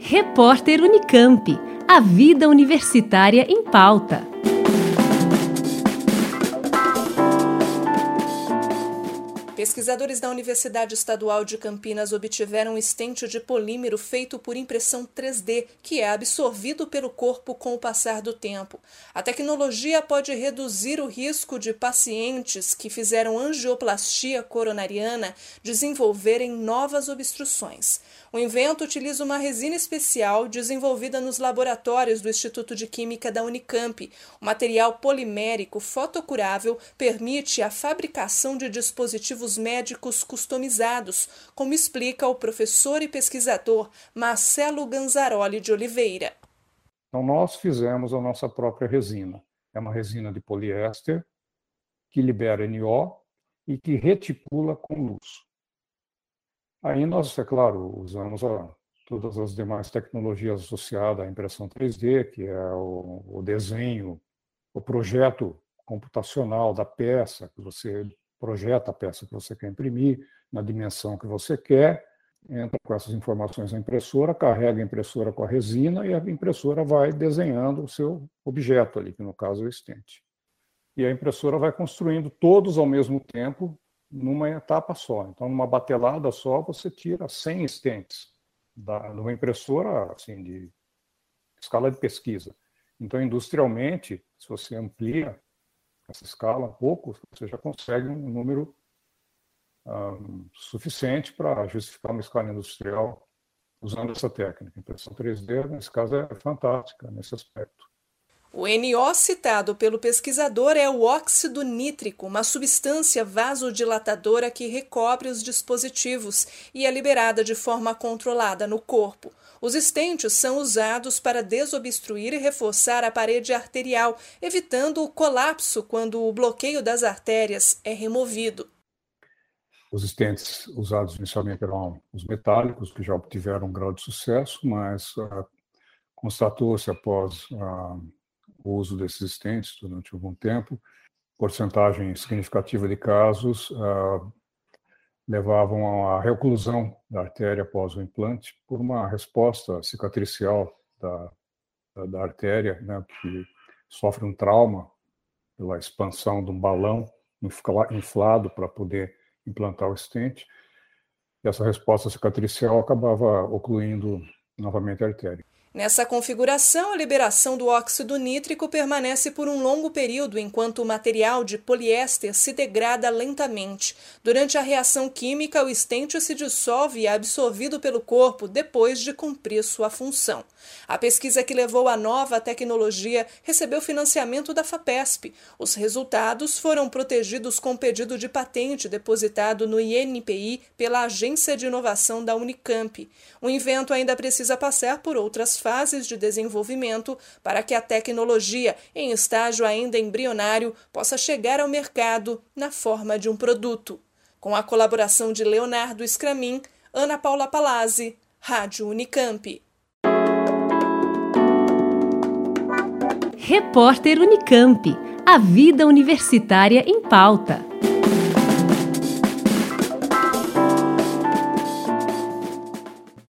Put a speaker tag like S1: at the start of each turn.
S1: Repórter Unicamp. A vida universitária em pauta.
S2: Pesquisadores da Universidade Estadual de Campinas obtiveram um estente de polímero feito por impressão 3D, que é absorvido pelo corpo com o passar do tempo. A tecnologia pode reduzir o risco de pacientes que fizeram angioplastia coronariana desenvolverem novas obstruções. O invento utiliza uma resina especial desenvolvida nos laboratórios do Instituto de Química da Unicamp. O material polimérico fotocurável permite a fabricação de dispositivos médicos customizados, como explica o professor e pesquisador Marcelo Ganzaroli de Oliveira.
S3: Então, nós fizemos a nossa própria resina. É uma resina de poliéster que libera NO e que reticula com luz. Aí nós, é claro, usamos todas as demais tecnologias associadas à impressão 3D, que é o desenho, o projeto computacional da peça, que você projeta a peça que você quer imprimir na dimensão que você quer, entra com essas informações na impressora, carrega a impressora com a resina e a impressora vai desenhando o seu objeto ali, que no caso é o estente. E a impressora vai construindo todos ao mesmo tempo, numa etapa só. Então, numa batelada só, você tira 100 estentes numa impressora assim, de escala de pesquisa. Então, industrialmente, se você amplia essa escala um pouco, você já consegue um número suficiente para justificar uma escala industrial usando essa técnica. Impressão 3D, nesse caso, é fantástica nesse aspecto.
S2: O NO citado pelo pesquisador é o óxido nítrico, uma substância vasodilatadora que recobre os dispositivos e é liberada de forma controlada no corpo. Os estentes são usados para desobstruir e reforçar a parede arterial, evitando o colapso quando o bloqueio das artérias é removido.
S3: Os estentes usados inicialmente eram os metálicos, que já obtiveram um grau de sucesso, mas constatou-se após o uso desses estentes durante algum tempo, porcentagem significativa de casos levavam à reclusão da artéria após o implante por uma resposta cicatricial da artéria, né, que sofre um trauma pela expansão de um balão inflado para poder implantar o estente. E essa resposta cicatricial acabava ocluindo novamente a artéria.
S2: Nessa configuração, a liberação do óxido nítrico permanece por um longo período, enquanto o material de poliéster se degrada lentamente. Durante a reação química, o estente se dissolve e é absorvido pelo corpo depois de cumprir sua função. A pesquisa que levou à nova tecnologia recebeu financiamento da FAPESP. Os resultados foram protegidos com pedido de patente depositado no INPI pela Agência de Inovação da Unicamp. O invento ainda precisa passar por outras fases de desenvolvimento para que a tecnologia, em estágio ainda embrionário, possa chegar ao mercado na forma de um produto. Com a colaboração de Leonardo Scramin, Ana Paula Palazzi, Rádio Unicamp.
S1: Repórter Unicamp. A vida universitária em pauta.